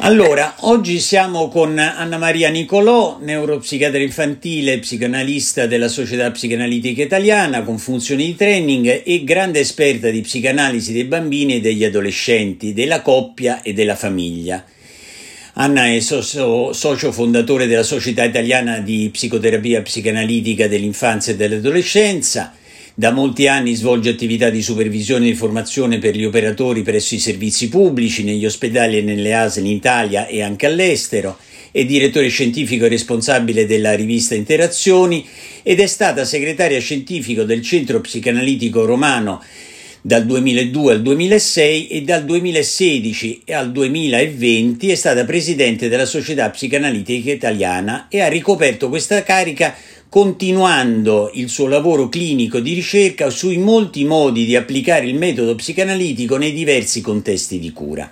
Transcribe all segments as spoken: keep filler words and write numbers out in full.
Allora, oggi siamo con Anna Maria Nicolò, neuropsichiatra infantile, psicanalista della Società Psicanalitica Italiana, con funzioni di training e grande esperta di psicanalisi dei bambini e degli adolescenti, della coppia e della famiglia. Anna è socio, socio fondatore della Società Italiana di Psicoterapia Psicanalitica dell'Infanzia e dell'Adolescenza. Da molti anni svolge attività di supervisione e di formazione per gli operatori presso i servizi pubblici, negli ospedali e nelle A S L in Italia e anche all'estero. È direttore scientifico e responsabile della rivista Interazioni ed è stata segretaria scientifico del Centro Psicanalitico Romano dal duemiladue al duemilasei e dal duemilasedici al duemilaventi è stata presidente della Società Psicanalitica Italiana e ha ricoperto questa carica continuando il suo lavoro clinico di ricerca sui molti modi di applicare il metodo psicanalitico nei diversi contesti di cura.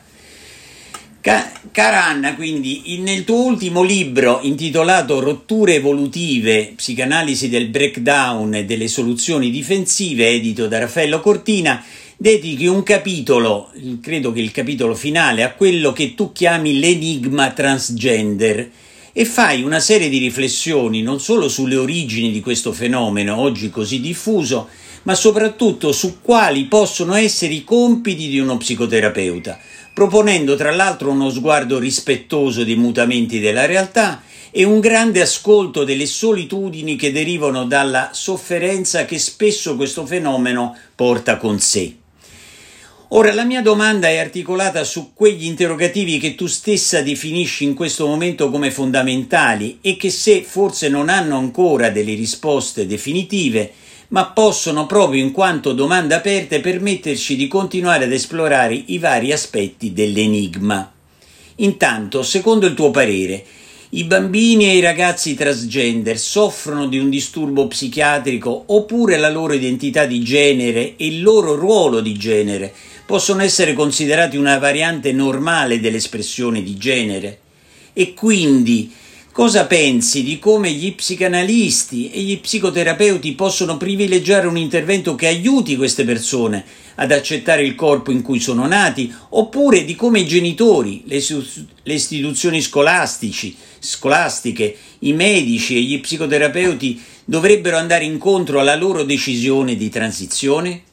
Ca- cara Anna, quindi nel tuo ultimo libro intitolato Rotture evolutive, psicanalisi del breakdown e delle soluzioni difensive, edito da Raffaello Cortina, dedichi un capitolo, credo che il capitolo finale, a quello che tu chiami l'enigma transgender, e fai una serie di riflessioni non solo sulle origini di questo fenomeno oggi così diffuso, ma soprattutto su quali possono essere i compiti di uno psicoterapeuta, proponendo tra l'altro uno sguardo rispettoso dei mutamenti della realtà e un grande ascolto delle solitudini che derivano dalla sofferenza che spesso questo fenomeno porta con sé. Ora, la mia domanda è articolata su quegli interrogativi che tu stessa definisci in questo momento come fondamentali e che se forse non hanno ancora delle risposte definitive, ma possono proprio in quanto domande aperte permetterci di continuare ad esplorare i vari aspetti dell'enigma. Intanto, secondo il tuo parere, i bambini e i ragazzi transgender soffrono di un disturbo psichiatrico oppure la loro identità di genere e il loro ruolo di genere possono essere considerati una variante normale dell'espressione di genere? E quindi cosa pensi di come gli psicanalisti e gli psicoterapeuti possono privilegiare un intervento che aiuti queste persone ad accettare il corpo in cui sono nati, oppure di come i genitori, le, le istituzioni scolastici, scolastiche, i medici e gli psicoterapeuti dovrebbero andare incontro alla loro decisione di transizione?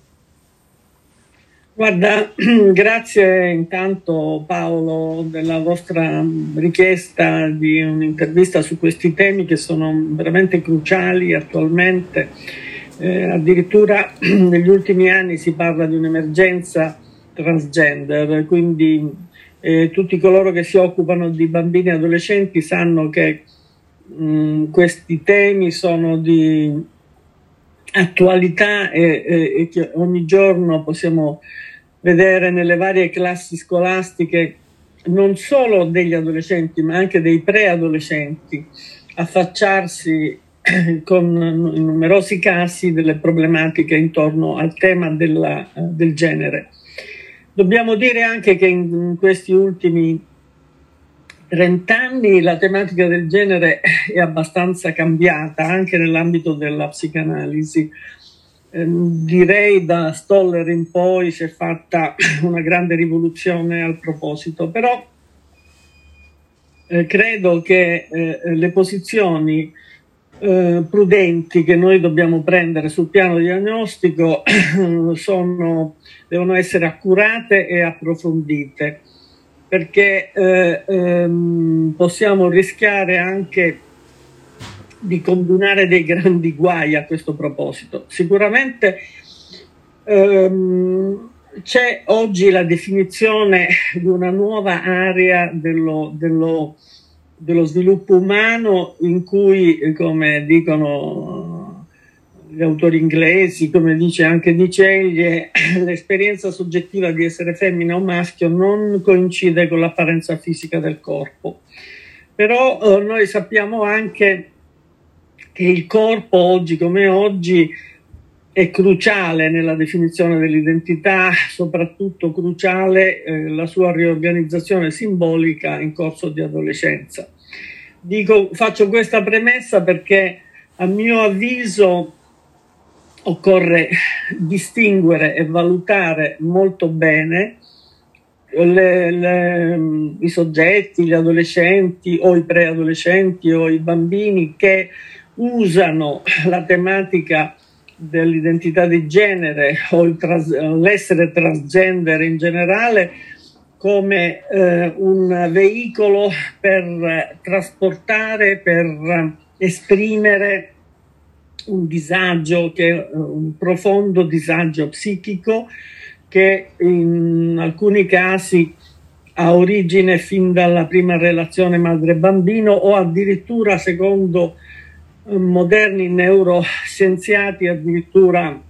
Guarda, grazie intanto Paolo della vostra richiesta di un'intervista su questi temi che sono veramente cruciali attualmente. Eh, addirittura negli ultimi anni si parla di un'emergenza transgender, quindi eh, tutti coloro che si occupano di bambini e adolescenti sanno che mh, questi temi sono di attualità e, e, e che ogni giorno possiamo vedere nelle varie classi scolastiche non solo degli adolescenti ma anche dei preadolescenti affacciarsi con in numerosi casi delle problematiche intorno al tema della, del genere. Dobbiamo dire anche che in, in questi ultimi trent'anni la tematica del genere è abbastanza cambiata anche nell'ambito della psicanalisi. Eh, direi da Stoller in poi si è fatta una grande rivoluzione al proposito, però eh, credo che eh, le posizioni eh, prudenti che noi dobbiamo prendere sul piano diagnostico sono, devono essere accurate e approfondite, perché eh, ehm, possiamo rischiare anche di combinare dei grandi guai a questo proposito. Sicuramente ehm, c'è oggi la definizione di una nuova area dello, dello, dello sviluppo umano in cui, come dicono gli autori inglesi, come dice anche Di Ceglie, l'esperienza soggettiva di essere femmina o maschio non coincide con l'apparenza fisica del corpo. Però eh, noi sappiamo anche che il corpo oggi come oggi è cruciale nella definizione dell'identità, soprattutto cruciale eh, la sua riorganizzazione simbolica in corso di adolescenza. Dico, faccio questa premessa perché a mio avviso occorre distinguere e valutare molto bene le, le, i soggetti, gli adolescenti o i preadolescenti o i bambini che usano la tematica dell'identità di genere o il tras, l'essere transgender in generale come eh, un veicolo per trasportare, per esprimere un disagio, che, un profondo disagio psichico che in alcuni casi ha origine fin dalla prima relazione madre-bambino o addirittura, secondo moderni neuroscienziati, addirittura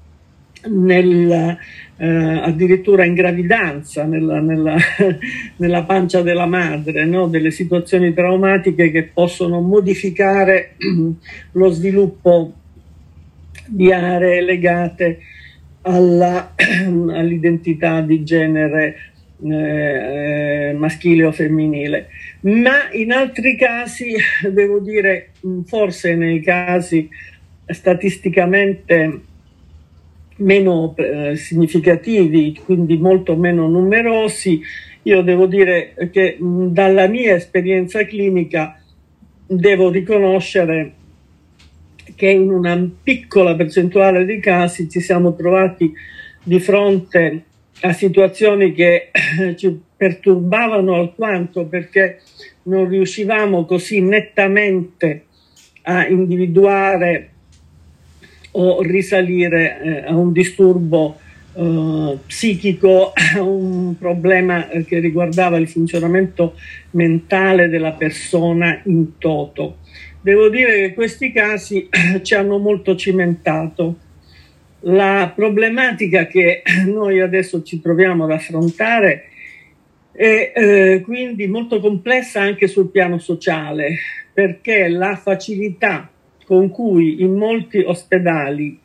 nel, eh, addirittura in gravidanza, nella, nella, nella pancia della madre, no? Delle situazioni traumatiche che possono modificare lo sviluppo di aree legate alla, all'identità di genere eh, maschile o femminile. Ma in altri casi, devo dire, forse nei casi statisticamente meno eh, significativi, quindi molto meno numerosi, io devo dire che mh, dalla mia esperienza clinica devo riconoscere che in una piccola percentuale di casi ci siamo trovati di fronte a situazioni che eh, ci perturbavano alquanto, perché non riuscivamo così nettamente a individuare o risalire eh, a un disturbo eh, psichico, a un problema eh, che riguardava il funzionamento mentale della persona in toto. Devo dire che questi casi eh, ci hanno molto cimentato. La problematica che noi adesso ci troviamo ad affrontare è eh, quindi molto complessa anche sul piano sociale, perché la facilità con cui in molti ospedali,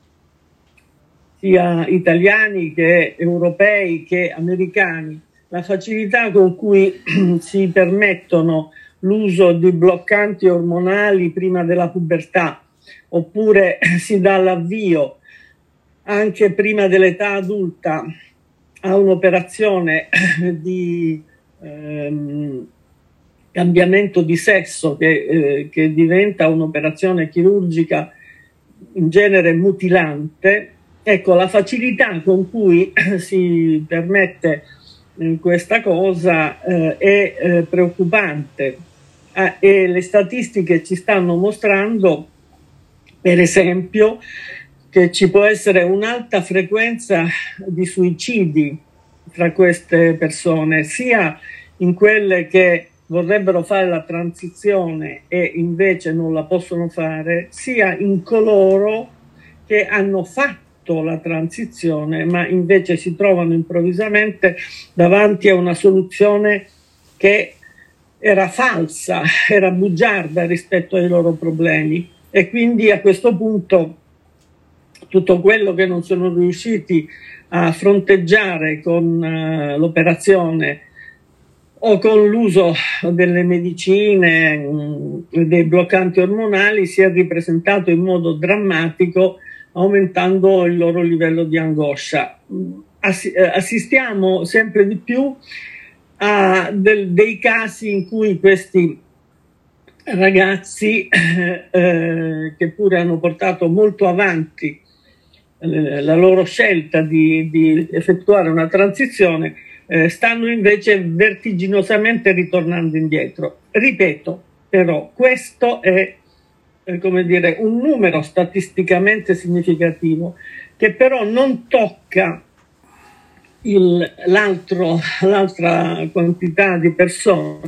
sia italiani che europei che americani, la facilità con cui si permettono l'uso di bloccanti ormonali prima della pubertà, oppure si dà l'avvio anche prima dell'età adulta a un'operazione di ehm, cambiamento di sesso che, eh, che diventa un'operazione chirurgica in genere mutilante. Ecco, la facilità con cui si permette eh, questa cosa eh, è eh, preoccupante ah, e le statistiche ci stanno mostrando, per esempio, che ci può essere un'alta frequenza di suicidi tra queste persone, sia in quelle che vorrebbero fare la transizione e invece non la possono fare, sia in coloro che hanno fatto la transizione ma invece si trovano improvvisamente davanti a una soluzione che era falsa, era bugiarda rispetto ai loro problemi, e quindi a questo punto tutto quello che non sono riusciti a fronteggiare con uh, l'operazione o con l'uso delle medicine, mh, dei bloccanti ormonali, si è ripresentato in modo drammatico, aumentando il loro livello di angoscia. Ass- assistiamo sempre di più a del- dei casi in cui questi ragazzi, eh, che pure hanno portato molto avanti la loro scelta di, di effettuare una transizione, eh, stanno invece vertiginosamente ritornando indietro. Ripeto, però, questo è eh, come dire, un numero statisticamente significativo che però non tocca il, l'altro, l'altra quantità di persone,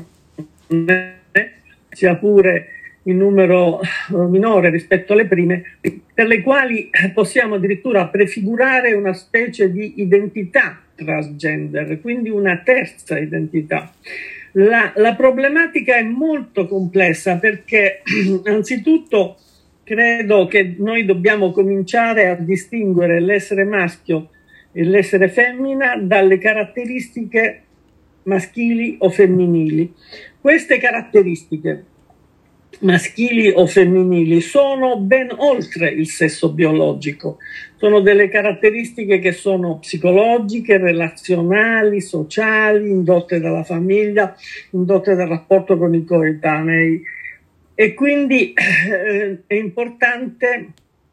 sia pure in numero minore rispetto alle prime, per le quali possiamo addirittura prefigurare una specie di identità transgender, quindi una terza identità. La, la problematica è molto complessa perché anzitutto credo che noi dobbiamo cominciare a distinguere l'essere maschio e l'essere femmina dalle caratteristiche maschili o femminili. Queste caratteristiche maschili o femminili, sono ben oltre il sesso biologico, sono delle caratteristiche che sono psicologiche, relazionali, sociali, indotte dalla famiglia, indotte dal rapporto con i coetanei, e quindi eh, è importante,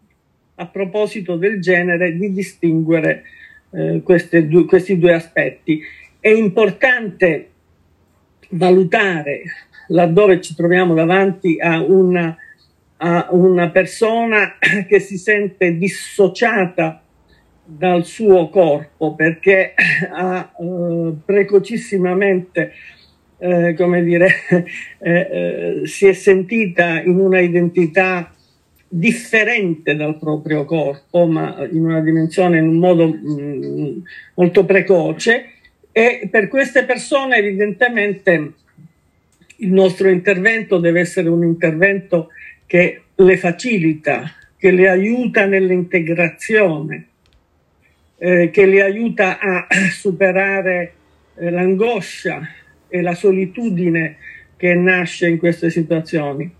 a proposito del genere, di distinguere eh, queste due, questi due aspetti. È importante valutare, laddove ci troviamo davanti a una, a una persona che si sente dissociata dal suo corpo perché ha eh, precocissimamente, eh, come dire, eh, eh, si è sentita in una identità differente dal proprio corpo, ma in una dimensione, in un modo mh, molto precoce, e per queste persone evidentemente il nostro intervento deve essere un intervento che le facilita, che le aiuta nell'integrazione, eh, che le aiuta a superare eh, l'angoscia e la solitudine che nasce in queste situazioni.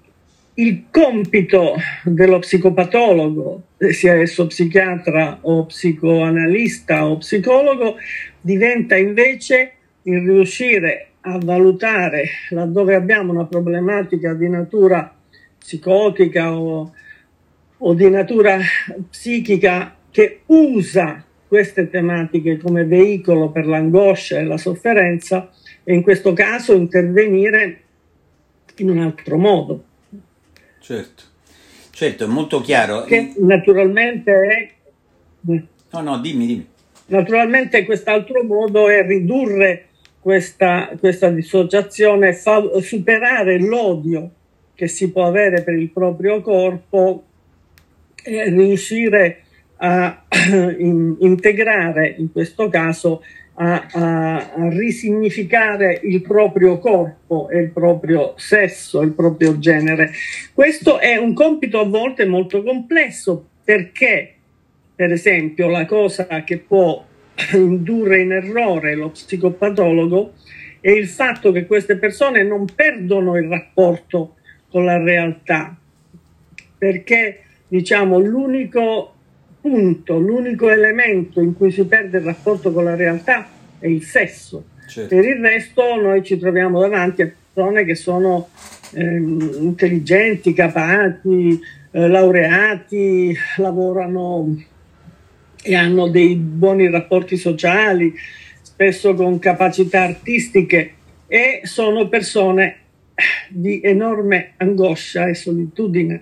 Il compito dello psicopatologo, sia esso psichiatra o psicoanalista o psicologo, diventa invece il riuscire a valutare, laddove abbiamo una problematica di natura psicotica o, o di natura psichica che usa queste tematiche come veicolo per l'angoscia e la sofferenza, e in questo caso intervenire in un altro modo. Certo, certo, è molto chiaro. Che naturalmente è... No, no, dimmi, dimmi. Naturalmente quest'altro modo è ridurre questa, questa dissociazione, fa, superare l'odio che si può avere per il proprio corpo e riuscire a in, integrare, in questo caso, A, a, a risignificare il proprio corpo e il proprio sesso, il proprio genere. Questo è un compito a volte molto complesso, perché, per esempio, la cosa che può indurre in errore lo psicopatologo è il fatto che queste persone non perdono il rapporto con la realtà, perché, diciamo, l'unico punto, l'unico elemento in cui si perde il rapporto con la realtà è il sesso. Certo. Per il resto noi ci troviamo davanti a persone che sono ehm, intelligenti, capaci, eh, laureati, lavorano e hanno dei buoni rapporti sociali, spesso con capacità artistiche, e sono persone di enorme angoscia e solitudine.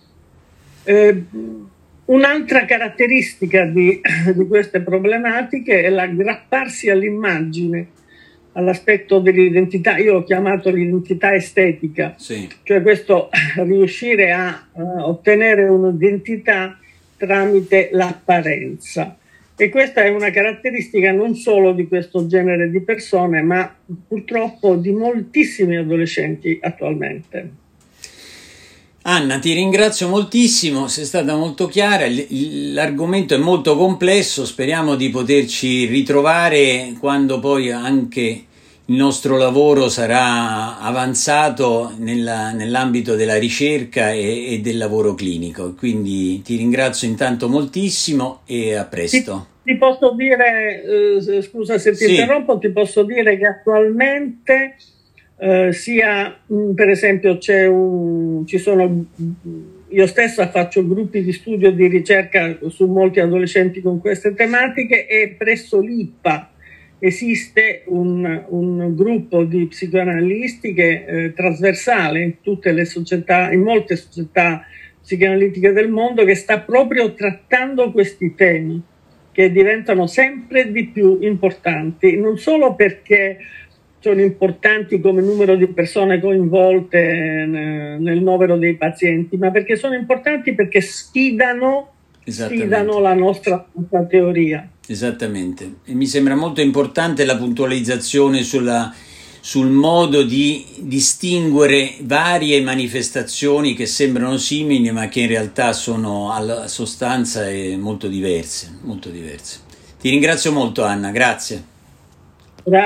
Eh, Un'altra caratteristica di, di queste problematiche è l'aggrapparsi all'immagine, all'aspetto dell'identità. Io l'ho chiamato l'identità estetica, sì. Cioè questo riuscire a uh, ottenere un'identità tramite l'apparenza. E questa è una caratteristica non solo di questo genere di persone, ma purtroppo di moltissimi adolescenti attualmente. Anna, ti ringrazio moltissimo, sei stata molto chiara, l'argomento è molto complesso, speriamo di poterci ritrovare quando poi anche il nostro lavoro sarà avanzato nella, nell'ambito della ricerca e, e del lavoro clinico, quindi ti ringrazio intanto moltissimo e a presto. Ti, ti posso dire, eh, scusa se ti sì. interrompo, ti posso dire che attualmente... Uh, sia mh, per esempio c'è un, ci sono, io stessa faccio gruppi di studio di ricerca su molti adolescenti con queste tematiche, e presso l'I P A esiste un, un gruppo di psicoanalisti che eh, trasversale in tutte le società, in molte società psicoanalitiche del mondo, che sta proprio trattando questi temi che diventano sempre di più importanti, non solo perché sono importanti come numero di persone coinvolte nel novero dei pazienti, ma perché sono importanti perché sfidano, sfidano la nostra, nostra teoria. Esattamente. E mi sembra molto importante la puntualizzazione sulla, sul modo di distinguere varie manifestazioni che sembrano simili, ma che in realtà sono alla sostanza e molto diverse, molto diverse. Ti ringrazio molto, Anna, grazie.